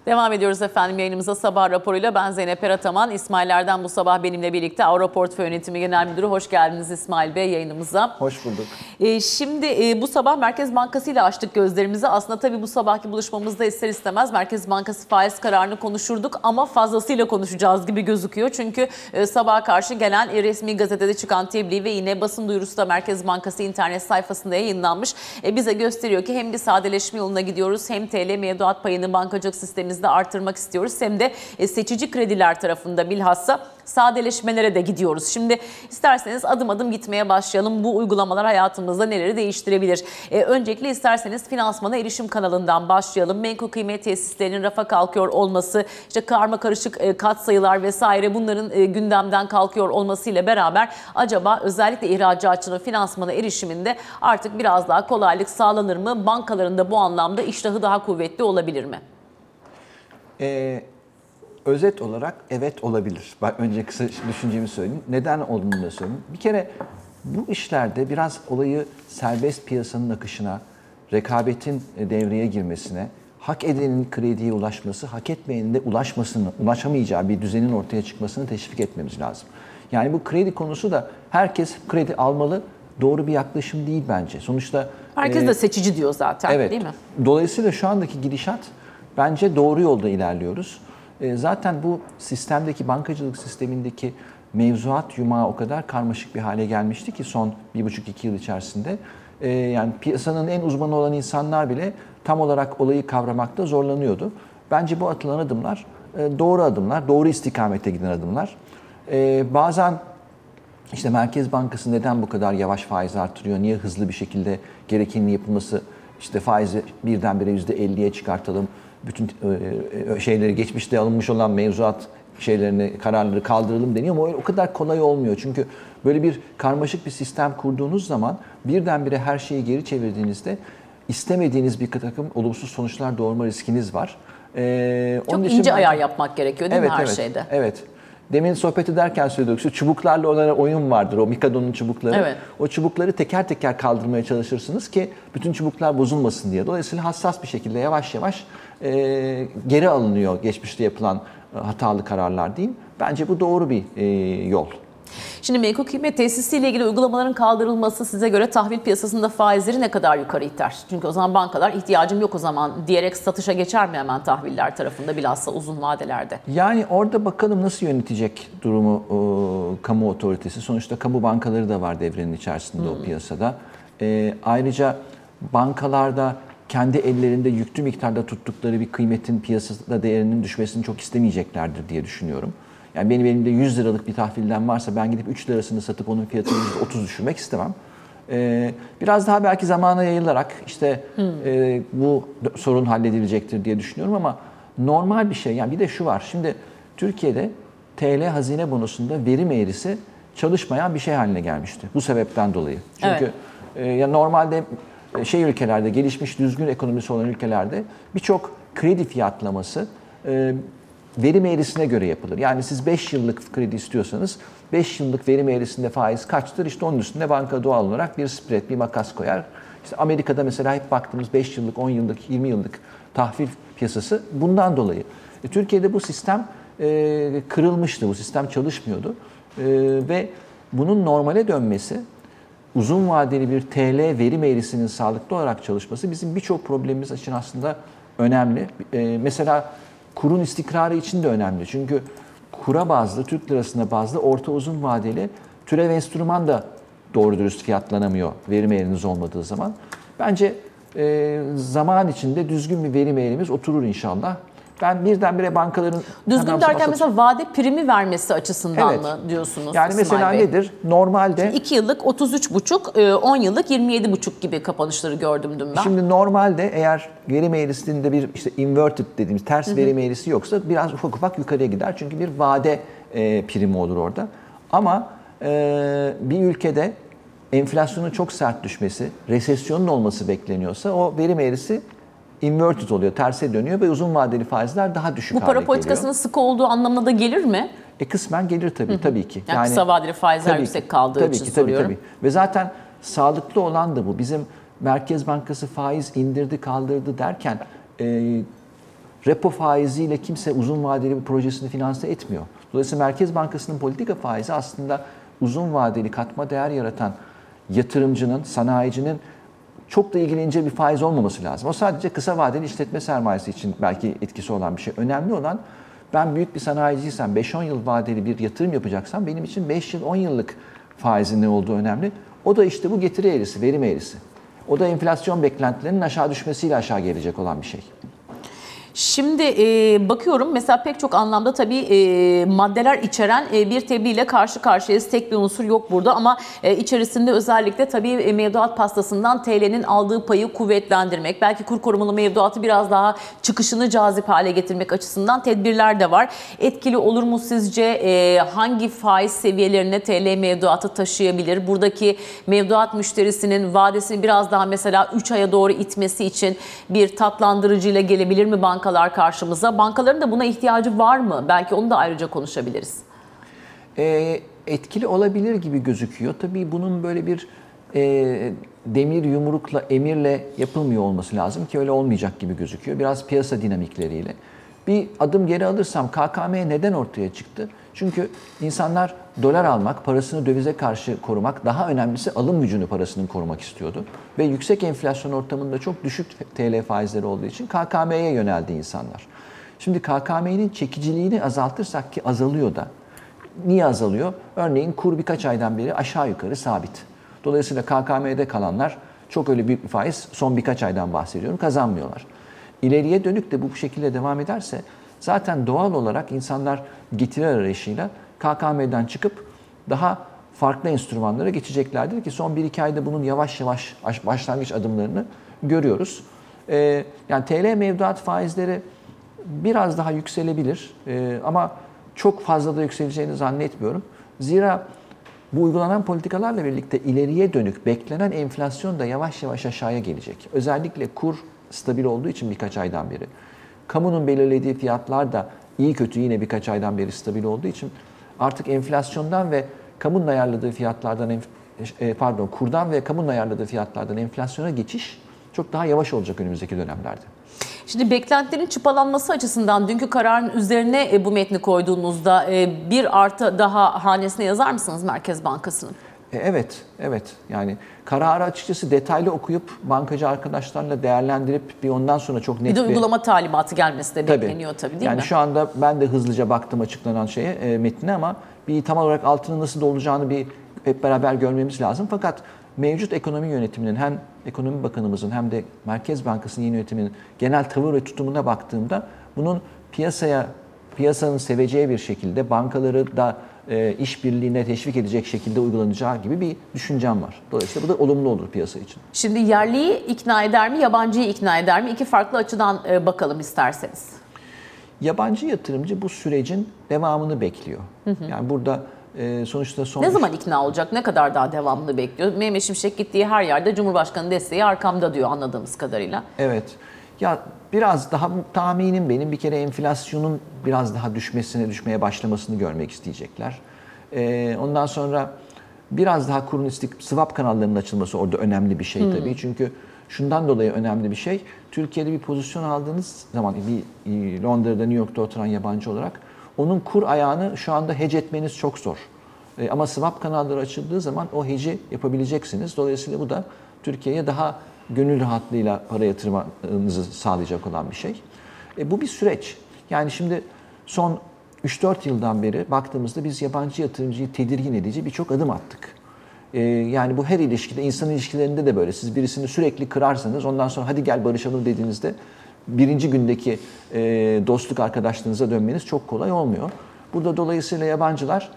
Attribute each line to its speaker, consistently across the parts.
Speaker 1: Devam ediyoruz efendim yayınımıza sabah raporuyla. Ben Zeynep Erataman. İsmail Erdem bu sabah benimle birlikte Avrupa Portföy Yönetimi Genel Müdürü. Hoş geldiniz İsmail Bey yayınımıza.
Speaker 2: Hoş bulduk.
Speaker 1: Şimdi bu sabah Merkez Bankası ile açtık gözlerimizi. Aslında tabii bu sabahki buluşmamızda ister istemez Merkez Bankası faiz kararını konuşurduk ama fazlasıyla konuşacağız gibi gözüküyor. Çünkü sabaha karşı gelen resmi gazetede çıkan tebliğ ve yine basın duyurusu da Merkez Bankası internet sayfasında yayınlanmış. Bize gösteriyor ki hem bir sadeleşme yoluna gidiyoruz hem TL mevduat payını bankacılık sistemimizde artırmak istiyoruz. Hem de seçici krediler tarafında bilhassa sadeleşmelere de gidiyoruz. Şimdi isterseniz adım adım gitmeye başlayalım. Bu uygulamalar hayatımızda neleri değiştirebilir? Öncelikle isterseniz finansmana erişim kanalından başlayalım. Menkul kıymet tesislerinin rafa kalkıyor olması, işte karma karışık katsayılar vesaire bunların gündemden kalkıyor olmasıyla beraber acaba özellikle ihracatçının finansmana erişiminde artık biraz daha kolaylık sağlanır mı? Bankaların da bu anlamda iştahı daha kuvvetli olabilir mi?
Speaker 2: Özet olarak evet olabilir. Ben önce kısa düşüncemi söyleyeyim. Neden olduğunu da söyleyeyim. Bir kere bu işlerde biraz olayı serbest piyasanın akışına, rekabetin devreye girmesine, hak edenin krediye ulaşması, hak etmeyenin de ulaşamayacağı bir düzenin ortaya çıkmasını teşvik etmemiz lazım. Yani bu kredi konusu da herkes kredi almalı. Doğru bir yaklaşım değil bence. Sonuçta
Speaker 1: herkes de seçici diyor zaten,
Speaker 2: evet,
Speaker 1: değil mi?
Speaker 2: Dolayısıyla şu andaki gidişat bence doğru yolda ilerliyoruz. Zaten bu sistemdeki, bankacılık sistemindeki mevzuat yumağı o kadar karmaşık bir hale gelmişti ki son 1,5-2 yıl içerisinde. Yani piyasanın en uzmanı olan insanlar bile tam olarak olayı kavramakta zorlanıyordu. Bence bu atılan adımlar doğru adımlar, doğru istikamete giden adımlar. Bazen işte Merkez Bankası neden bu kadar yavaş faiz artırıyor, niye hızlı bir şekilde gerekenin yapılması, işte faizi birdenbire %50'ye çıkartalım, bütün şeyleri geçmişte alınmış olan mevzuat kararları kaldıralım deniyor ama o kadar kolay olmuyor. Çünkü böyle bir karmaşık bir sistem kurduğunuz zaman birdenbire her şeyi geri çevirdiğinizde istemediğiniz bir takım olumsuz sonuçlar doğurma riskiniz var.
Speaker 1: Çok ince ayar yapmak gerekiyor değil mi her şeyde?
Speaker 2: Evet. Demin sohbet ederken söyledik, şu çubuklarla olan oyun vardır, o Mikado'nun çubukları. Evet. O çubukları teker teker kaldırmaya çalışırsınız ki bütün çubuklar bozulmasın diye. Dolayısıyla hassas bir şekilde yavaş yavaş geri alınıyor geçmişte yapılan hatalı kararlar diyeyim. Bence bu doğru bir yol.
Speaker 1: Şimdi menkul kıymet tesisiyle ilgili uygulamaların kaldırılması size göre tahvil piyasasında faizleri ne kadar yukarı iter? Çünkü o zaman bankalar ihtiyacım yok o zaman diyerek satışa geçer mi hemen tahviller tarafında bilhassa uzun vadelerde?
Speaker 2: Yani orada bakalım nasıl yönetecek durumu kamu otoritesi. Sonuçta kamu bankaları da var devrenin içerisinde o piyasada. Ayrıca bankalarda kendi ellerinde yüklü miktarda tuttukları bir kıymetin piyasada değerinin düşmesini çok istemeyeceklerdir diye düşünüyorum. Yani benim elimde 100 liralık bir tahvilden varsa ben gidip 3 lirasını satıp onun fiyatını %30 düşürmek istemem. Biraz daha belki zamana yayılarak işte bu sorun halledilecektir diye düşünüyorum ama normal bir şey. Yani bir de şu var. Şimdi Türkiye'de TL hazine bonosunda verim eğrisi çalışmayan bir şey haline gelmişti. Bu sebepten dolayı. Çünkü ya normalde ülkelerde, gelişmiş düzgün ekonomisi olan ülkelerde birçok kredi fiyatlaması verim eğrisine göre yapılır. Yani siz 5 yıllık kredi istiyorsanız 5 yıllık verim eğrisinde faiz kaçtır? İşte onun üstünde banka doğal olarak bir spread, bir makas koyar. İşte Amerika'da mesela hep baktığımız 5 yıllık, 10 yıllık, 20 yıllık tahvil piyasası bundan dolayı. Türkiye'de bu sistem kırılmıştı, bu sistem çalışmıyordu. Ve bunun normale dönmesi, uzun vadeli bir TL verim eğrisinin sağlıklı olarak çalışması bizim birçok problemimiz için aslında önemli. Mesela kurun istikrarı için de önemli. Çünkü kura bazlı, Türk lirasına bazlı orta uzun vadeli türev enstrüman da doğru dürüst fiyatlanamıyor verim eğriniz olmadığı zaman. Bence zaman içinde düzgün bir verim eğrimiz oturur inşallah. Ben birdenbire bankaların...
Speaker 1: Düzgün derken mesela vade primi vermesi açısından mı diyorsunuz?
Speaker 2: Yani mesela nedir? Normalde...
Speaker 1: Şimdi 2 yıllık 33,5, 10 yıllık 27,5 gibi kapanışları gördüm dün ben.
Speaker 2: Şimdi normalde eğer verim eğrisinde bir işte inverted dediğimiz ters verim eğrisi yoksa biraz ufak ufak yukarıya gider. Çünkü bir vade primi olur orada. Ama bir ülkede enflasyonun çok sert düşmesi, resesyonun olması bekleniyorsa o verim eğrisi inverted oluyor, terse dönüyor ve uzun vadeli faizler daha düşük hale geliyor.
Speaker 1: Bu para politikasının sıkı olduğu anlamına da gelir mi?
Speaker 2: Kısmen gelir tabii ki.
Speaker 1: Yani kısa vadeli faizler yüksek kaldığı için soruyorum.
Speaker 2: Tabii. Ve zaten sağlıklı olan da bu. Bizim Merkez Bankası faiz indirdi, kaldırdı derken repo faiziyle kimse uzun vadeli bir projesini finanse etmiyor. Dolayısıyla Merkez Bankası'nın politika faizi aslında uzun vadeli katma değer yaratan yatırımcının, sanayicinin çok da ilgileneceği bir faiz olmaması lazım. O sadece kısa vadeli işletme sermayesi için belki etkisi olan bir şey. Önemli olan, ben büyük bir sanayiciysem, 5-10 yıl vadeli bir yatırım yapacaksam benim için 5 yıl 10 yıllık faizin ne olduğu önemli. O da işte bu getiri eğrisi, verim eğrisi. O da enflasyon beklentilerinin aşağı düşmesiyle aşağı gelecek olan bir şey.
Speaker 1: Şimdi bakıyorum mesela pek çok anlamda tabii maddeler içeren bir tebliğle karşı karşıyayız. Tek bir unsur yok burada ama içerisinde özellikle tabii mevduat pastasından TL'nin aldığı payı kuvvetlendirmek, belki kur korumalı mevduatı biraz daha çıkışını cazip hale getirmek açısından tedbirler de var. Etkili olur mu sizce? Hangi faiz seviyelerine TL mevduatı taşıyabilir? Buradaki mevduat müşterisinin vadesini biraz daha mesela 3 aya doğru itmesi için bir tatlandırıcıyla gelebilir mi bankalar karşımıza? Bankaların da buna ihtiyacı var mı? Belki onu da ayrıca konuşabiliriz.
Speaker 2: Etkili olabilir gibi gözüküyor. Tabii bunun böyle bir demir yumrukla, emirle yapılmıyor olması lazım ki öyle olmayacak gibi gözüküyor. Biraz piyasa dinamikleriyle. Bir adım geri alırsam KKM neden ortaya çıktı? Çünkü insanlar dolar almak, parasını dövize karşı korumak, daha önemlisi alım gücünü, parasının korumak istiyordu. Ve yüksek enflasyon ortamında çok düşük TL faizleri olduğu için KKM'ye yöneldi insanlar. Şimdi KKM'nin çekiciliğini azaltırsak, ki azalıyor da. Niye azalıyor? Örneğin kur birkaç aydan beri aşağı yukarı sabit. Dolayısıyla KKM'de kalanlar, çok öyle büyük bir faiz, son birkaç aydan bahsediyorum, kazanmıyorlar. İleriye dönük de bu şekilde devam ederse zaten doğal olarak insanlar getiri arayışıyla KKM'den çıkıp daha farklı enstrümanlara geçeceklerdir ki son 1-2 ayda bunun yavaş yavaş başlangıç adımlarını görüyoruz. Yani TL mevduat faizleri biraz daha yükselebilir ama çok fazla da yükseleceğini zannetmiyorum. Zira bu uygulanan politikalarla birlikte ileriye dönük beklenen enflasyon da yavaş yavaş aşağıya gelecek. Özellikle kur stabil olduğu için birkaç aydan beri. Kamunun belirlediği fiyatlar da iyi kötü yine birkaç aydan beri stabil olduğu için artık enflasyondan ve kamunun ayarladığı fiyatlardan kurdan ve kamunun ayarladığı fiyatlardan enflasyona geçiş çok daha yavaş olacak önümüzdeki dönemlerde.
Speaker 1: Şimdi beklentilerin çıpalanması açısından dünkü kararın üzerine bu metni koyduğunuzda bir artı daha hanesine yazar mısınız Merkez Bankası'nın?
Speaker 2: Evet. Yani kararı açıkçası detaylı okuyup bankacı arkadaşlarla değerlendirip bir ondan sonra çok net
Speaker 1: bir de uygulama talimatı gelmesi de bekleniyor tabii değil mi?
Speaker 2: Yani şu anda ben de hızlıca baktım açıklanan şeye, metnine ama bir tam olarak altını nasıl dolacağını bir hep beraber görmemiz lazım. Fakat mevcut ekonomi yönetiminin hem Ekonomi Bakanımızın hem de Merkez Bankası'nın yeni yönetiminin genel tavır ve tutumuna baktığımda bunun piyasanın seveceği bir şekilde bankaları da işbirliğine teşvik edecek şekilde uygulanacağı gibi bir düşüncem var. Dolayısıyla bu da olumlu olur piyasa için.
Speaker 1: Şimdi yerliyi ikna eder mi, yabancıyı ikna eder mi? İki farklı açıdan bakalım isterseniz.
Speaker 2: Yabancı yatırımcı bu sürecin devamını bekliyor. Yani burada sonuçta
Speaker 1: Ne zaman ikna olacak? Ne kadar daha devamını bekliyor? Mehmet Şimşek gittiği her yerde Cumhurbaşkanı desteği arkamda diyor anladığımız kadarıyla.
Speaker 2: Evet. Ya biraz daha tahminim benim bir kere enflasyonun biraz daha düşmeye başlamasını görmek isteyecekler. Ondan sonra biraz daha kurun swap kanallarının açılması orada önemli bir şey tabii. Çünkü şundan dolayı önemli bir şey. Türkiye'de bir pozisyon aldığınız zaman bir Londra'da, New York'ta oturan yabancı olarak onun kur ayağını şu anda hedge etmeniz çok zor. Ama swap kanalları açıldığı zaman o hedge'i yapabileceksiniz. Dolayısıyla bu da Türkiye'ye daha gönül rahatlığıyla para yatırmanızı sağlayacak olan bir şey. Bu bir süreç. Yani şimdi son 3-4 yıldan beri baktığımızda biz yabancı yatırımcıyı tedirgin edici birçok adım attık. Yani bu her ilişkide, insan ilişkilerinde de böyle. Siz birisini sürekli kırarsanız ondan sonra hadi gel barışalım dediğinizde birinci gündeki dostluk arkadaşlığınıza dönmeniz çok kolay olmuyor. Burada dolayısıyla yabancılar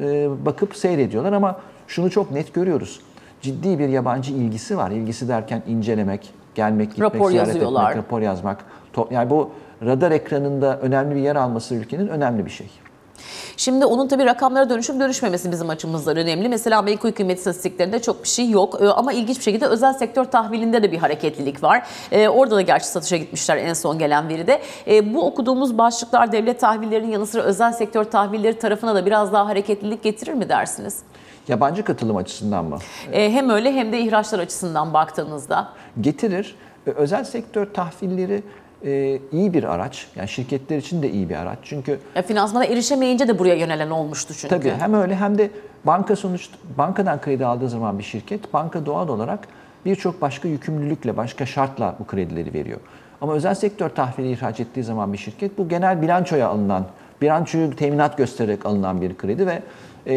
Speaker 2: bakıp seyrediyorlar ama şunu çok net görüyoruz. Ciddi bir yabancı ilgisi var. İlgisi derken incelemek, gelmek, gitmek,
Speaker 1: rapor
Speaker 2: ziyaret
Speaker 1: yazıyorlar.
Speaker 2: etmek, rapor yazmak. Yani bu radar ekranında önemli bir yer alması ülkenin önemli bir şey.
Speaker 1: Şimdi onun tabii rakamlara dönüşüp dönüşmemesi bizim açımızdan önemli. Mesela menkul kıymet istatistiklerinde çok bir şey yok. Ama ilginç bir şekilde özel sektör tahvilinde de bir hareketlilik var. Orada da gerçi satışa gitmişler en son gelen veride. Bu okuduğumuz başlıklar devlet tahvillerinin yanı sıra özel sektör tahvilleri tarafına da biraz daha hareketlilik getirir mi dersiniz?
Speaker 2: Yabancı katılım açısından mı?
Speaker 1: Hem öyle hem de ihraçlar açısından baktığınızda.
Speaker 2: Getirir. Özel sektör tahvilleri iyi bir araç. Yani şirketler için de iyi bir araç. Çünkü
Speaker 1: Finansmana erişemeyince de buraya yönelen olmuştu çünkü.
Speaker 2: tabii hem öyle hem de bankadan kredi aldığı zaman bir şirket, banka doğal olarak birçok başka yükümlülükle, başka şartla bu kredileri veriyor. Ama özel sektör tahvili ihraç ettiği zaman bir şirket, bu genel bilançoya alınan, bilançoyu teminat göstererek alınan bir kredi ve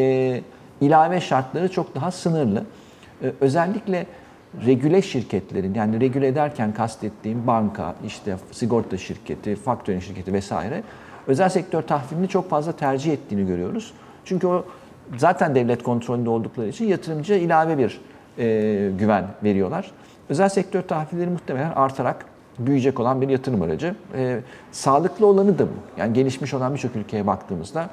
Speaker 2: ilave şartları çok daha sınırlı. Özellikle regüle şirketlerin, yani regüle ederken kastettiğim banka, işte sigorta şirketi, faktörün şirketi vesaire, özel sektör tahvilini çok fazla tercih ettiğini görüyoruz. Çünkü o zaten devlet kontrolünde oldukları için yatırımcıya ilave bir güven veriyorlar. Özel sektör tahvilleri muhtemelen artarak büyüyecek olan bir yatırım aracı. Sağlıklı olanı da bu. Yani gelişmiş olan birçok ülkeye baktığımızda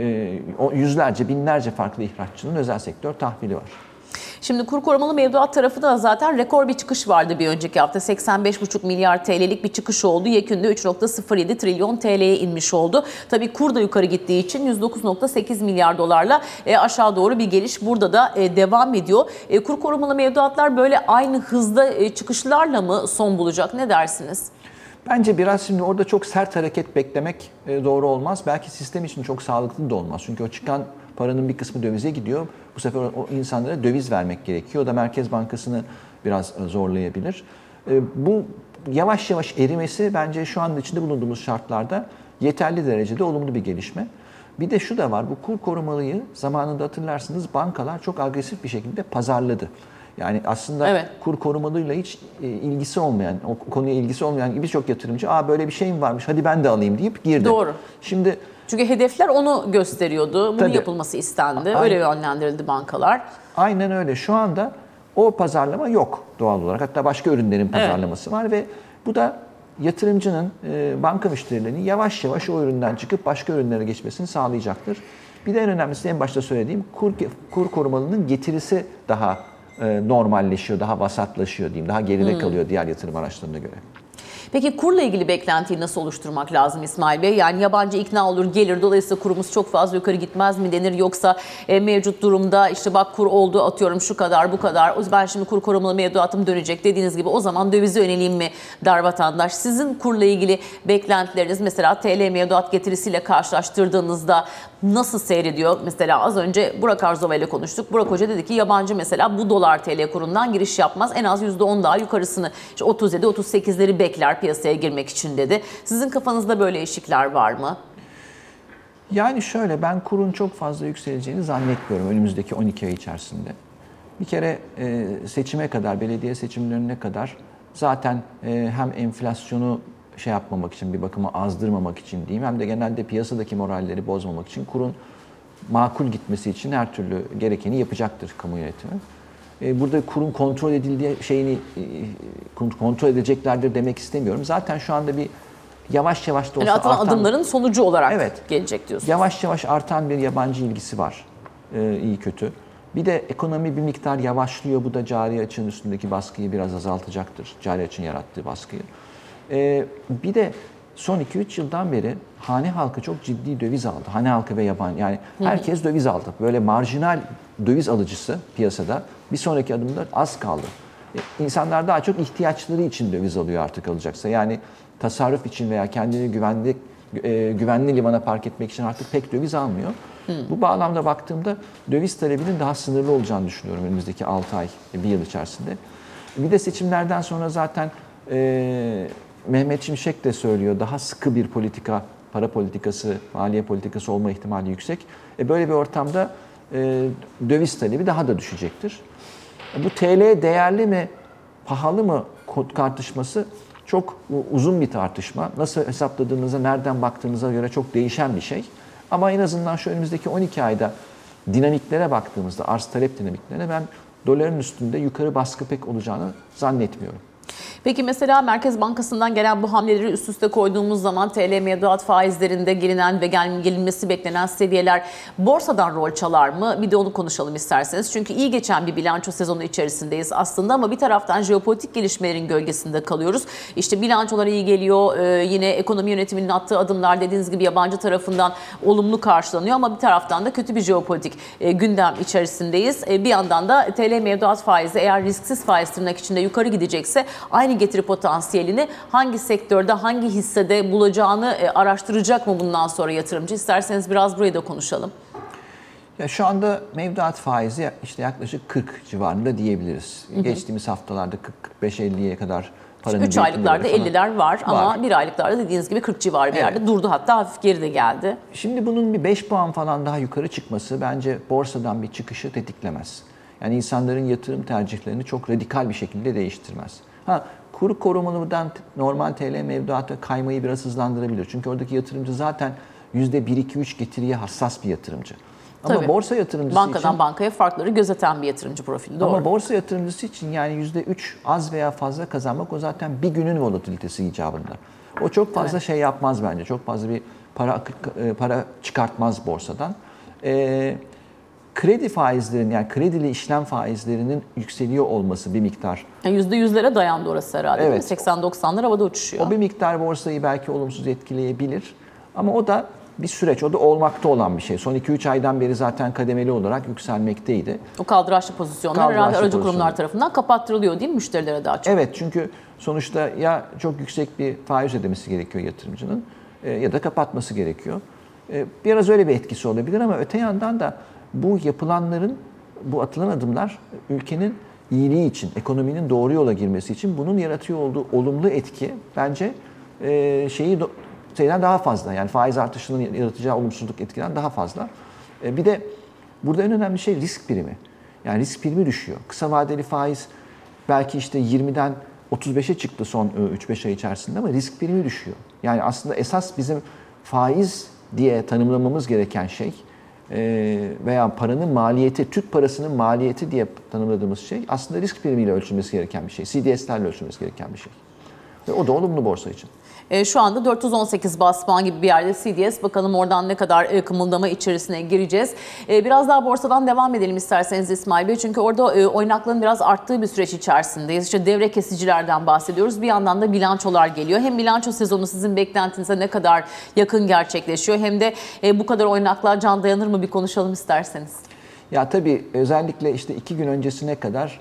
Speaker 2: yüzlerce, binlerce farklı ihraççının özel sektör tahvili var.
Speaker 1: Şimdi kur korumalı mevduat tarafında da zaten rekor bir çıkış vardı bir önceki hafta. 85,5 milyar TL'lik bir çıkış oldu. Yekünde 3,07 trilyon TL'ye inmiş oldu. Tabii kur da yukarı gittiği için 109,8 milyar dolarla aşağı doğru bir geliş burada da devam ediyor. Kur korumalı mevduatlar böyle aynı hızda çıkışlarla mı son bulacak? Ne dersiniz?
Speaker 2: Bence biraz şimdi orada çok sert hareket beklemek doğru olmaz. Belki sistem için çok sağlıklı da olmaz. Çünkü o çıkan paranın bir kısmı dövize gidiyor. Bu sefer o insanlara döviz vermek gerekiyor. O da Merkez Bankası'nı biraz zorlayabilir. Bu yavaş yavaş erimesi bence şu anda içinde bulunduğumuz şartlarda yeterli derecede olumlu bir gelişme. Bir de şu da var, bu kur korumalıyı zamanında hatırlarsınız bankalar çok agresif bir şekilde pazarladı. Yani aslında
Speaker 1: evet,
Speaker 2: kur korumalıyla hiç ilgisi olmayan, o konuya ilgisi olmayan birçok yatırımcı böyle bir şey mi varmış hadi ben de alayım deyip girdi.
Speaker 1: Doğru.
Speaker 2: Şimdi
Speaker 1: çünkü hedefler onu gösteriyordu. Bunun
Speaker 2: tabii,
Speaker 1: yapılması istendi. Öyle yönlendirildi bankalar.
Speaker 2: Aynen öyle. Şu anda o pazarlama yok doğal olarak. Hatta başka ürünlerin pazarlaması var ve bu da yatırımcının, banka müşterilerinin yavaş yavaş o üründen çıkıp başka ürünlere geçmesini sağlayacaktır. Bir de en önemlisi en başta söylediğim kur korumalının getirisi daha normalleşiyor, daha vasatlaşıyor diyeyim. Daha geride kalıyor diğer yatırım araçlarına göre.
Speaker 1: Peki kurla ilgili beklentiyi nasıl oluşturmak lazım İsmail Bey? Yani yabancı ikna olur, gelir. Dolayısıyla kurumuz çok fazla yukarı gitmez mi denir? Yoksa mevcut durumda işte bak kur oldu atıyorum şu kadar bu kadar. Ben şimdi kur korumalı mevduatım dönecek dediğiniz gibi o zaman dövize yöneleyim mi der vatandaş? Sizin kurla ilgili beklentileriniz mesela TL mevduat getirisiyle karşılaştırdığınızda nasıl seyrediyor? Mesela az önce Burak Arzova ile konuştuk. Burak Hoca dedi ki yabancı mesela bu dolar TL kurundan giriş yapmaz. En az %10 daha yukarısını işte 37-38'leri bekler piyasaya girmek için dedi. Sizin kafanızda böyle eşikler var mı?
Speaker 2: Yani şöyle, ben kurun çok fazla yükseleceğini zannetmiyorum önümüzdeki 12 ay içerisinde. Bir kere seçime kadar, belediye seçimlerine kadar zaten hem enflasyonu yapmamak için, bir bakıma azdırmamak için diyeyim, hem de genelde piyasadaki moralleri bozmamak için kurun makul gitmesi için her türlü gerekeni yapacaktır kamu yönetimi. Burada kurun kontrol edildiği kontrol edeceklerdir demek istemiyorum. Zaten şu anda bir yavaş yavaş da olsa
Speaker 1: yani atılan adımların sonucu olarak gelecek diyorsunuz.
Speaker 2: Yavaş yavaş artan bir yabancı ilgisi var. İyi kötü. Bir de ekonomi bir miktar yavaşlıyor. Bu da cari açığın üstündeki baskıyı biraz azaltacaktır. Cari açığın yarattığı baskıyı. Bir de son 2-3 yıldan beri hane halkı çok ciddi döviz aldı. Hane halkı ve yabancı. Yani herkes döviz aldı. Böyle marjinal döviz alıcısı piyasada bir sonraki adımda az kaldı. İnsanlar daha çok ihtiyaçları için döviz alıyor artık alacaksa. Yani tasarruf için veya kendini güvenli limana park etmek için artık pek döviz almıyor. Bu bağlamda baktığımda döviz talebinin daha sınırlı olacağını düşünüyorum önümüzdeki 6 ay, bir yıl içerisinde. Bir de seçimlerden sonra zaten Mehmet Şimşek de söylüyor, daha sıkı bir politika, para politikası, maliye politikası olma ihtimali yüksek. Böyle bir ortamda döviz talebi daha da düşecektir. Bu TL değerli mi, pahalı mı tartışması çok uzun bir tartışma. Nasıl hesapladığınıza, nereden baktığınıza göre çok değişen bir şey. Ama en azından şu önümüzdeki 12 ayda dinamiklere baktığımızda, arz talep dinamiklerine ben doların üstünde yukarı baskı pek olacağını zannetmiyorum.
Speaker 1: Peki mesela Merkez Bankası'ndan gelen bu hamleleri üst üste koyduğumuz zaman TL mevduat faizlerinde gelinen ve gelinmesi beklenen seviyeler borsadan rol çalar mı? Bir de onu konuşalım isterseniz. Çünkü iyi geçen bir bilanço sezonu içerisindeyiz aslında ama bir taraftan jeopolitik gelişmelerin gölgesinde kalıyoruz. İşte bilançolar iyi geliyor. Yine ekonomi yönetiminin attığı adımlar dediğiniz gibi yabancı tarafından olumlu karşılanıyor ama bir taraftan da kötü bir jeopolitik gündem içerisindeyiz. Bir yandan da TL mevduat faizi eğer risksiz faiz tırnak içinde yukarı gidecekse aynı hangi getiri potansiyelini hangi sektörde, hangi hissede bulacağını araştıracak mı bundan sonra yatırımcı? İsterseniz biraz burayı da konuşalım.
Speaker 2: Ya şu anda mevduat faizi işte yaklaşık 40 civarında diyebiliriz. Geçtiğimiz haftalarda 40-45-50'ye kadar paranın
Speaker 1: 3 aylıklarda
Speaker 2: birikimleri falan
Speaker 1: 50'ler var ama 1 aylıklarda dediğiniz gibi 40 civarı bir yerde durdu, hatta hafif geri de geldi.
Speaker 2: Şimdi bunun bir 5 puan falan daha yukarı çıkması bence borsadan bir çıkışı tetiklemez. Yani insanların yatırım tercihlerini çok radikal bir şekilde değiştirmez. Kuru korumalıdan normal TL mevduata kaymayı biraz hızlandırabilir. Çünkü oradaki yatırımcı zaten %1-2-3 getiriye hassas bir yatırımcı. Ama
Speaker 1: Tabii.
Speaker 2: borsa yatırımcısı
Speaker 1: Bankadan
Speaker 2: için,
Speaker 1: bankaya farkları gözeten bir yatırımcı profili. Doğru.
Speaker 2: ama borsa yatırımcısı için yani %3 az veya fazla kazanmak o zaten bir günün volatilitesi icabında. O çok fazla şey yapmaz bence. Çok fazla bir para çıkartmaz borsadan. Kredi faizlerinin, yani kredili işlem faizlerinin yükseliyor olması bir miktar.
Speaker 1: %100'lere dayandı orası herhalde.
Speaker 2: Evet.
Speaker 1: 80-90'lar havada uçuşuyor.
Speaker 2: O bir miktar borsayı belki olumsuz etkileyebilir. Ama o da bir süreç, o da olmakta olan bir şey. Son 2-3 aydan beri zaten kademeli olarak yükselmekteydi.
Speaker 1: O kaldıraçlı pozisyonlar herhalde aracı kurumlar tarafından kapattırılıyor değil mi müşterilere daha çok?
Speaker 2: Evet, çünkü sonuçta ya çok yüksek bir faiz ödemesi gerekiyor yatırımcının ya da kapatması gerekiyor. Biraz öyle bir etkisi olabilir ama öte yandan da bu yapılanların, bu atılan adımlar ülkenin iyiliği için, ekonominin doğru yola girmesi için bunun yaratıyor olduğu olumlu etki bence şeyden daha fazla. Yani faiz artışının yaratacağı olumsuzluk etkiden daha fazla. Bir de burada en önemli şey risk primi. Yani risk primi düşüyor. Kısa vadeli faiz belki işte 20'den 35'e çıktı son 3-5 ay içerisinde ama risk primi düşüyor. Yani aslında esas bizim faiz diye tanımlamamız gereken şey veya paranın maliyeti, Türk parasının maliyeti diye tanımladığımız şey aslında risk primiyle ölçülmesi gereken bir şey. CDS'lerle ölçülmesi gereken bir şey. Ve o da olumlu borsa için.
Speaker 1: Şu anda 418 bas puan gibi bir yerde CDS. Bakalım oradan ne kadar kımıldama içerisine gireceğiz. Biraz daha borsadan devam edelim isterseniz İsmail Bey. Çünkü orada oynaklığın biraz arttığı bir süreç içerisindeyiz. İşte devre kesicilerden bahsediyoruz. Bir yandan da bilançolar geliyor. Hem bilanço sezonu sizin beklentinize ne kadar yakın gerçekleşiyor hem de bu kadar oynaklığa can dayanır mı bir konuşalım isterseniz.
Speaker 2: Ya tabii özellikle işte 2 gün öncesine kadar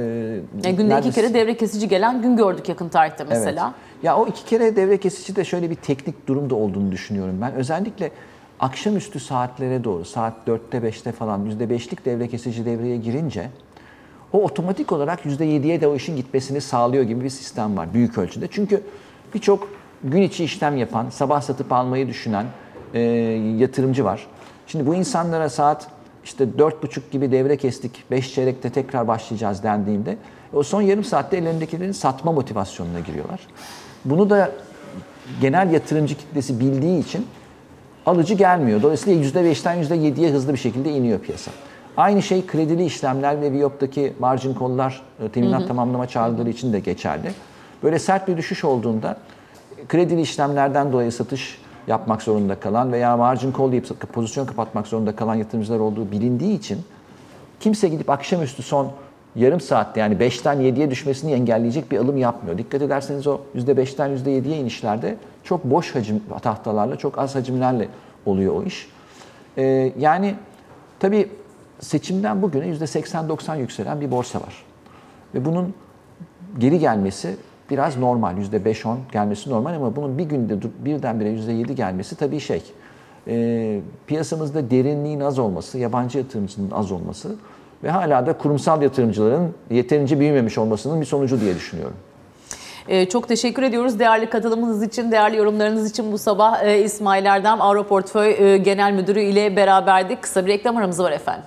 Speaker 1: günde 2 kere devre kesici gelen gün gördük yakın tarihte mesela.
Speaker 2: Evet. Ya o 2 kere devre kesici de şöyle bir teknik durumda olduğunu düşünüyorum ben. Özellikle akşamüstü saatlere doğru, saat 4'te 5'te falan %5'lik devre kesici devreye girince o otomatik olarak %7'ye de o işin gitmesini sağlıyor gibi bir sistem var büyük ölçüde. Çünkü birçok gün içi işlem yapan, sabah satıp almayı düşünen yatırımcı var. Şimdi bu insanlara saat İşte 4.30 gibi devre kestik, 5 çeyrekte tekrar başlayacağız dendiğinde o son yarım saatte ellerindekilerin satma motivasyonuna giriyorlar. Bunu da genel yatırımcı kitlesi bildiği için alıcı gelmiyor. Dolayısıyla %5'ten %7'ye hızlı bir şekilde iniyor piyasa. Aynı şey kredili işlemler ve Viyop'taki margin call'lar, teminat tamamlama çağrıları için de geçerli. Böyle sert bir düşüş olduğunda kredili işlemlerden dolayı satış yapmak zorunda kalan veya margin call deyip pozisyon kapatmak zorunda kalan yatırımcılar olduğu bilindiği için kimse gidip akşamüstü son yarım saatte yani 5'ten 7'ye düşmesini engelleyecek bir alım yapmıyor. Dikkat ederseniz o %5'ten %7'ye inişlerde çok boş hacim tahtalarla, çok az hacimlerle oluyor o iş. Yani tabii seçimden bugüne %80-90 yükselen bir borsa var. Ve bunun geri gelmesi biraz normal, %5-10 gelmesi normal ama bunun bir günde birdenbire %7 gelmesi tabii piyasamızda derinliğin az olması, yabancı yatırımcının az olması ve hala da kurumsal yatırımcıların yeterince büyümemiş olmasının bir sonucu diye düşünüyorum.
Speaker 1: Çok teşekkür ediyoruz değerli katılımınız için, değerli yorumlarınız için bu sabah İsmail Erdem, Avroportföy Genel Müdürü ile beraberdik. Kısa bir reklam aramız var efendim.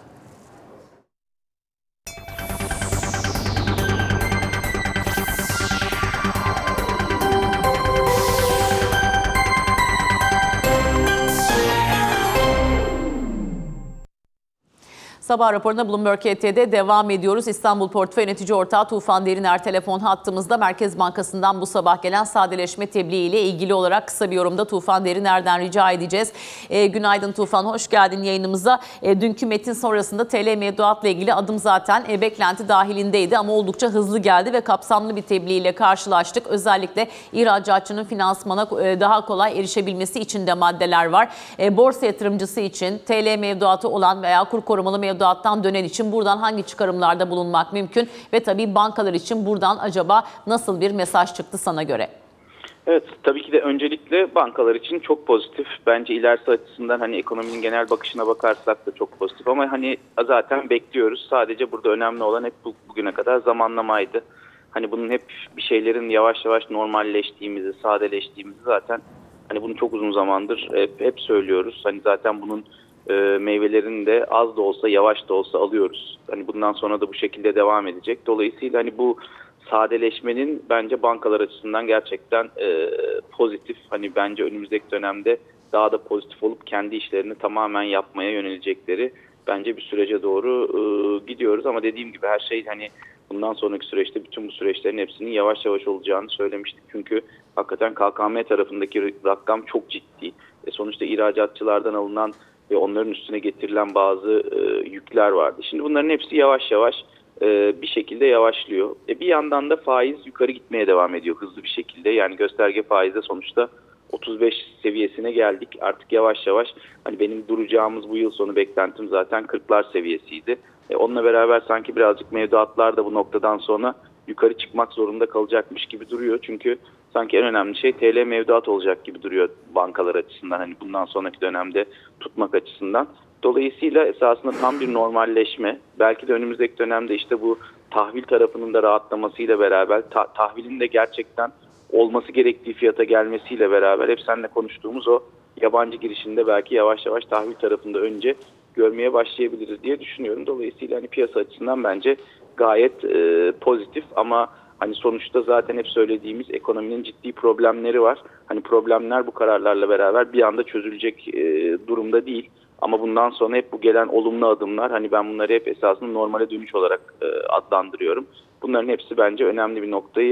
Speaker 1: Sabah raporuna Bloomberg HT'de devam ediyoruz. İstanbul Portföy Yönetici Ortağı Tufan Deriner telefon hattımızda. Merkez Bankası'ndan bu sabah gelen sadeleşme tebliği ile ilgili olarak kısa bir yorumda Tufan Deriner'den rica edeceğiz. Günaydın Tufan, hoş geldin yayınımıza. Dünkü metin sonrasında TL mevduatla ilgili adım zaten beklenti dahilindeydi ama oldukça hızlı geldi ve kapsamlı bir tebliğ ile karşılaştık. Özellikle ihracatçının finansmana daha kolay erişebilmesi için de maddeler var. Borsa yatırımcısı için TL mevduatı olan veya kur korumalı mevduatı mevduattan dönen için buradan hangi çıkarımlarda bulunmak mümkün? Ve tabii bankalar için buradan acaba nasıl bir mesaj çıktı sana göre?
Speaker 3: Evet, tabii ki de öncelikle bankalar için çok pozitif. Bence ilerisi açısından hani ekonominin genel bakışına bakarsak da çok pozitif. Ama hani zaten bekliyoruz. Sadece burada önemli olan hep bugüne kadar zamanlamaydı. Hani bunun hep bir şeylerin yavaş yavaş normalleştiğimizi, sadeleştiğimizi zaten hani bunu çok uzun zamandır hep söylüyoruz. Hani zaten bunun meyvelerini de az da olsa yavaş da olsa alıyoruz. Hani bundan sonra da bu şekilde devam edecek. Dolayısıyla hani bu sadeleşmenin bence bankalar açısından gerçekten pozitif. Hani bence önümüzdeki dönemde daha da pozitif olup kendi işlerini tamamen yapmaya yönelecekleri bence bir sürece doğru gidiyoruz. Ama dediğim gibi her şey hani bundan sonraki süreçte bütün bu süreçlerin hepsinin yavaş yavaş olacağını söylemiştik. Çünkü hakikaten KKM tarafındaki rakam çok ciddi. Sonuçta ihracatçılardan alınan ve onların üstüne getirilen bazı yükler vardı. Şimdi bunların hepsi yavaş yavaş bir şekilde yavaşlıyor. Bir yandan da faiz yukarı gitmeye devam ediyor hızlı bir şekilde. Yani gösterge faizde sonuçta 35 seviyesine geldik. Artık yavaş yavaş hani benim duracağımız bu yıl sonu beklentim zaten 40'lar seviyesiydi. Onunla beraber sanki birazcık mevduatlar da bu noktadan sonra yukarı çıkmak zorunda kalacakmış gibi duruyor. Çünkü sanki en önemli şey TL mevduat olacak gibi duruyor bankalar açısından. Hani bundan sonraki dönemde tutmak açısından. Dolayısıyla esasında tam bir normalleşme. Belki de önümüzdeki dönemde işte bu tahvil tarafının da rahatlamasıyla beraber tahvilin de gerçekten olması gerektiği fiyata gelmesiyle beraber hep seninle konuştuğumuz o yabancı girişinde belki yavaş yavaş tahvil tarafında önce görmeye başlayabiliriz diye düşünüyorum. Dolayısıyla hani piyasa açısından bence gayet pozitif ama hani sonuçta zaten hep söylediğimiz ekonominin ciddi problemleri var. Hani problemler bu kararlarla beraber bir anda çözülecek durumda değil. Ama bundan sonra hep bu gelen olumlu adımlar hani ben bunları hep esasında normale dönüş olarak adlandırıyorum. Bunların hepsi bence önemli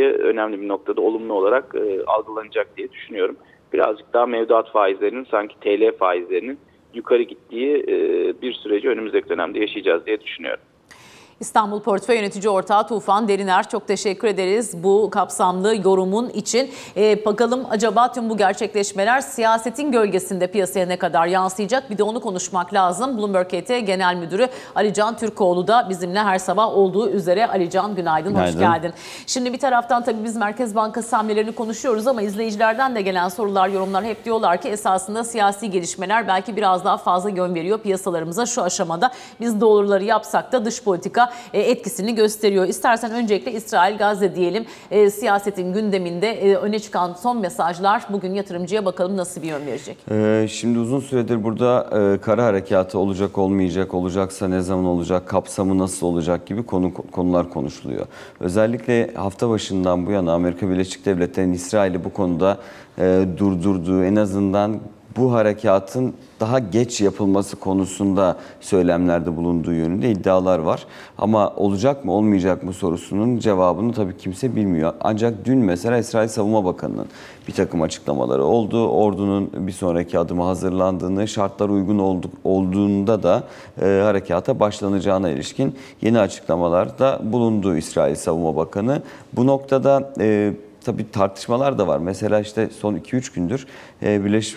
Speaker 3: bir noktada olumlu olarak algılanacak diye düşünüyorum. Birazcık daha mevduat faizlerinin sanki TL faizlerinin yukarı gittiği bir süreci önümüzdeki dönemde yaşayacağız diye düşünüyorum.
Speaker 1: İstanbul Portföy Yönetici Ortağı Tufan Deriner, çok teşekkür ederiz bu kapsamlı yorumun için. Bakalım acaba tüm bu gerçekleşmeler siyasetin gölgesinde piyasaya ne kadar yansıyacak? Bir de onu konuşmak lazım. Bloomberg KT Genel Müdürü Alican Türkoğlu da bizimle her sabah olduğu üzere. Alican günaydın, hoş geldin. Şimdi bir taraftan tabii biz Merkez Bankası hamlelerini konuşuyoruz ama izleyicilerden de gelen sorular, yorumlar hep diyorlar ki esasında siyasi gelişmeler belki biraz daha fazla yön veriyor piyasalarımıza şu aşamada. Biz doğruları yapsak da dış politika etkisini gösteriyor. İstersen öncelikle İsrail-Gazze diyelim. Siyasetin gündeminde öne çıkan son mesajlar bugün yatırımcıya bakalım nasıl bir yön verecek?
Speaker 4: Şimdi uzun süredir burada kara harekatı olacak olmayacak, olacaksa ne zaman olacak, kapsamı nasıl olacak gibi konular konuşuluyor. Özellikle hafta başından bu yana Amerika Birleşik Devletleri'nin İsrail'i bu konuda durdurduğu, en azından bu harekatın daha geç yapılması konusunda söylemlerde bulunduğu yönünde iddialar var. Ama olacak mı olmayacak mı sorusunun cevabını tabii kimse bilmiyor. Ancak dün mesela İsrail Savunma Bakanı'nın bir takım açıklamaları oldu. Ordunun bir sonraki adıma hazırlandığını, şartlar uygun olduğunda da harekata başlanacağına ilişkin yeni açıklamalarda bulundu İsrail Savunma Bakanı. Bu noktada tabii tartışmalar da var. Mesela işte son 2-3 gündür Birleşmiş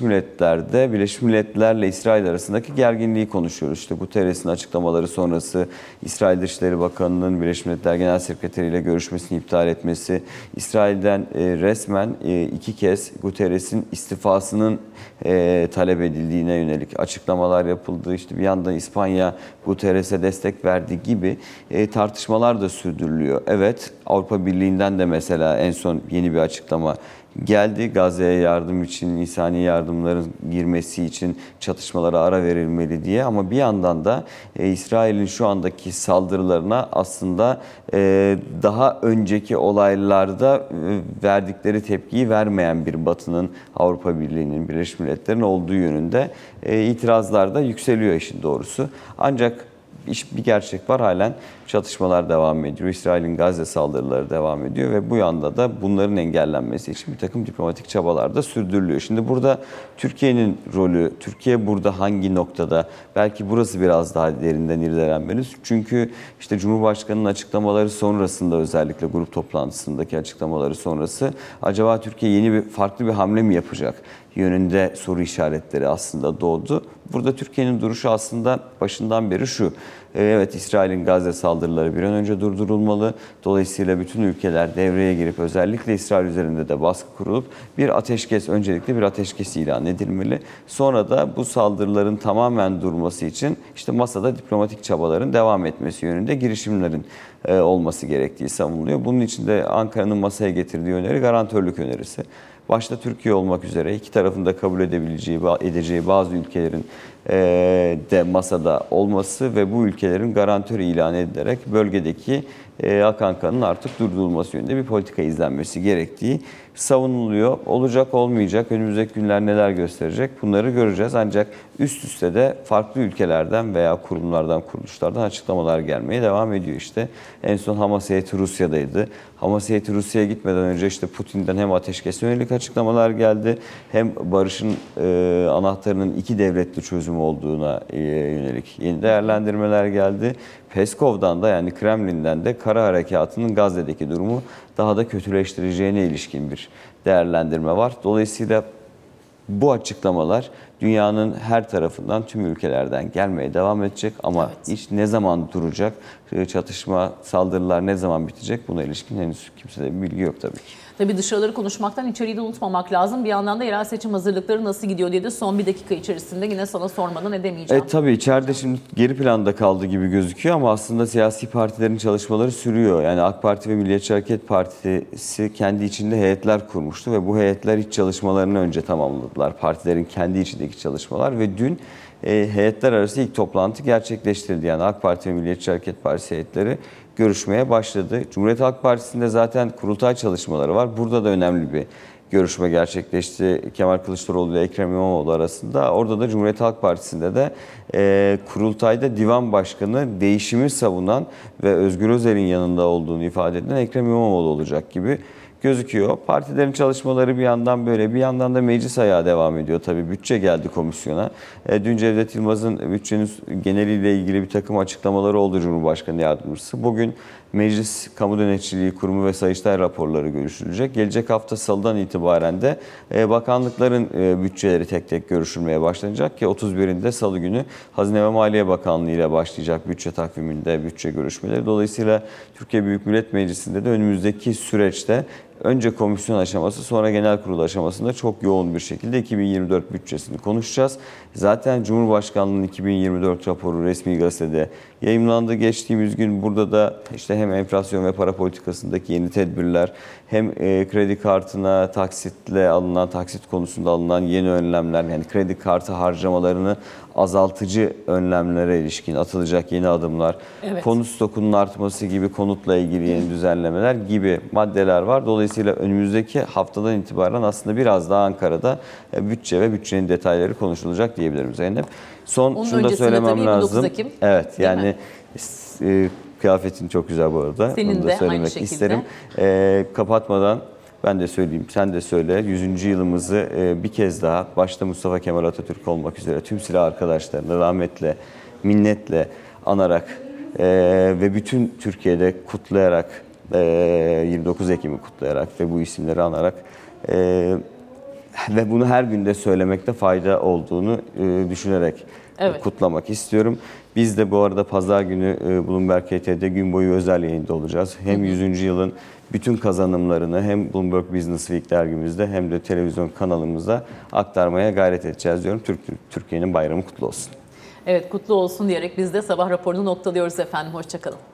Speaker 4: Milletler'le İsrail arasındaki gerginliği konuşuyoruz. İşte Guterres'in açıklamaları sonrası İsrail Dışişleri Bakanı'nın Birleşmiş Milletler Genel Sekreteri ile görüşmesini iptal etmesi, İsrail'den resmen 2 kez Guterres'in istifasının talep edildiğine yönelik açıklamalar yapıldı. İşte bir yandan İspanya Guterres'e destek verdi gibi tartışmalar da sürdürülüyor. Evet, Avrupa Birliği'nden de mesela en son yeni bir açıklama geldi. Gazze'ye yardım için, insani yardımların girmesi için çatışmalara ara verilmeli diye. Ama bir yandan da İsrail'in şu andaki saldırılarına aslında daha önceki olaylarda verdikleri tepkiyi vermeyen bir Batı'nın, Avrupa Birliği'nin, Birleşmiş Milletler'in olduğu yönünde itirazlar da yükseliyor işin doğrusu. Ancak bir gerçek var, halen çatışmalar devam ediyor. İsrail'in Gazze saldırıları devam ediyor ve bu yanda da bunların engellenmesi için bir takım diplomatik çabalar da sürdürülüyor. Şimdi burada Türkiye'nin rolü, Türkiye burada hangi noktada? Belki burası biraz daha derinden irdelenmeli. Çünkü işte Cumhurbaşkanı'nın açıklamaları sonrasında, özellikle grup toplantısındaki açıklamaları sonrası acaba Türkiye farklı bir hamle mi yapacak? yönünde soru işaretleri aslında doğdu. Burada Türkiye'nin duruşu aslında başından beri şu. Evet, İsrail'in Gazze saldırıları bir an önce durdurulmalı. Dolayısıyla bütün ülkeler devreye girip özellikle İsrail üzerinde de baskı kurulup öncelikle bir ateşkes ilan edilmeli. Sonra da bu saldırıların tamamen durması için işte masada diplomatik çabaların devam etmesi yönünde girişimlerin olması gerektiği savunuluyor. Bunun için de Ankara'nın masaya getirdiği öneri garantörlük önerisi. Başta Türkiye olmak üzere iki tarafın da kabul edeceği bazı ülkelerin de masada olması ve bu ülkelerin garantör ilan edilerek bölgedeki akan kanın artık durdurulması yönünde bir politika izlenmesi gerektiği savunuluyor. Olacak olmayacak, önümüzdeki günler neler gösterecek bunları göreceğiz. Ancak üst üste de farklı ülkelerden veya kurumlardan, kuruluşlardan açıklamalar gelmeye devam ediyor işte. En son Hamas heyeti Rusya'daydı. Hamas heyeti Rusya'ya gitmeden önce işte Putin'den hem ateşkese yönelik açıklamalar geldi, hem barışın anahtarının iki devletli çözüm olduğuna yönelik yeni değerlendirmeler geldi. Peskov'dan da, yani Kremlin'den de kara harekatının Gazze'deki durumu daha da kötüleştireceğine ilişkin bir değerlendirme var. Dolayısıyla bu açıklamalar dünyanın her tarafından, tüm ülkelerden gelmeye devam edecek ama iş ne zaman duracak, çatışma, saldırılar ne zaman bitecek, buna ilişkin henüz kimsede bir bilgi yok tabii ki.
Speaker 1: Tabii dışarıları konuşmaktan içeriği de unutmamak lazım. Bir yandan da yerel seçim hazırlıkları nasıl gidiyor diye de son bir dakika içerisinde yine sana sormadan edemeyeceğim.
Speaker 4: Tabii içeride şimdi geri planda kaldı gibi gözüküyor ama aslında siyasi partilerin çalışmaları sürüyor. Yani AK Parti ve Milliyetçi Hareket Partisi kendi içinde heyetler kurmuştu ve bu heyetler iç çalışmalarını önce tamamladılar. Partilerin kendi içindeki çalışmalar ve dün heyetler arası ilk toplantı gerçekleştirildi. Yani AK Parti ve Milliyetçi Hareket Partisi heyetleri görüşmeye başladı. Cumhuriyet Halk Partisi'nde zaten kurultay çalışmaları var. Burada da önemli bir görüşme gerçekleşti Kemal Kılıçdaroğlu ile Ekrem İmamoğlu arasında. Orada da Cumhuriyet Halk Partisi'nde de kurultayda divan başkanı değişimi savunan ve Özgür Özel'in yanında olduğunu ifade eden Ekrem İmamoğlu olacak gibi gözüküyor. Partilerin çalışmaları bir yandan böyle, bir yandan da meclis ayağı devam ediyor. Tabii bütçe geldi komisyona. Dün Cevdet Yılmaz'ın bütçenin geneliyle ilgili bir takım açıklamaları oldu Cumhurbaşkanı Yardımcısı. Bugün Meclis Kamu Denetçiliği Kurumu ve Sayıştay raporları görüşülecek. Gelecek hafta Salı'dan itibaren de bakanlıkların bütçeleri tek tek görüşülmeye başlanacak ki 31'inde Salı günü Hazine ve Maliye Bakanlığı ile başlayacak bütçe takviminde bütçe görüşmeleri. Dolayısıyla Türkiye Büyük Millet Meclisi'nde de önümüzdeki süreçte önce komisyon aşaması, sonra genel kurul aşamasında çok yoğun bir şekilde 2024 bütçesini konuşacağız. Zaten Cumhurbaşkanlığı'nın 2024 raporu resmi gazetede yayımlandı. Geçtiğimiz gün burada da işte hem enflasyon ve para politikasındaki yeni tedbirler, hem kredi kartına taksit konusunda alınan yeni önlemler, yani kredi kartı harcamalarını azaltıcı önlemlere ilişkin atılacak yeni adımlar, konut stokunun artması gibi, konutla ilgili yeni düzenlemeler gibi maddeler var. Dolayısıyla önümüzdeki haftadan itibaren aslında biraz daha Ankara'da bütçe ve bütçenin detayları konuşulacak diyebilirim Zeynep.
Speaker 1: Onun
Speaker 4: şunu da söylemem lazım.
Speaker 1: Ekim,
Speaker 4: evet, yani kıyafetin çok güzel bu arada.
Speaker 1: Senin
Speaker 4: onu da
Speaker 1: de
Speaker 4: söylemek
Speaker 1: aynı şekilde.
Speaker 4: isterim. Kapatmadan ben de söyleyeyim, sen de söyle. 100. yılımızı bir kez daha başta Mustafa Kemal Atatürk olmak üzere tüm silah arkadaşlarını rahmetle, minnetle anarak ve bütün Türkiye'de kutlayarak, 29 Ekim'i kutlayarak ve bu isimleri anarak ve bunu her günde söylemekte fayda olduğunu düşünerek kutlamak istiyorum. Biz de bu arada pazar günü Bloomberg HT'de gün boyu özel yayında olacağız. Hem 100. yılın bütün kazanımlarını hem Bloomberg Business Week dergimizde hem de televizyon kanalımızda aktarmaya gayret edeceğiz diyorum. Türkiye'nin bayramı kutlu olsun.
Speaker 1: Evet, kutlu olsun diyerek biz de sabah raporunu noktalıyoruz efendim. Hoşçakalın.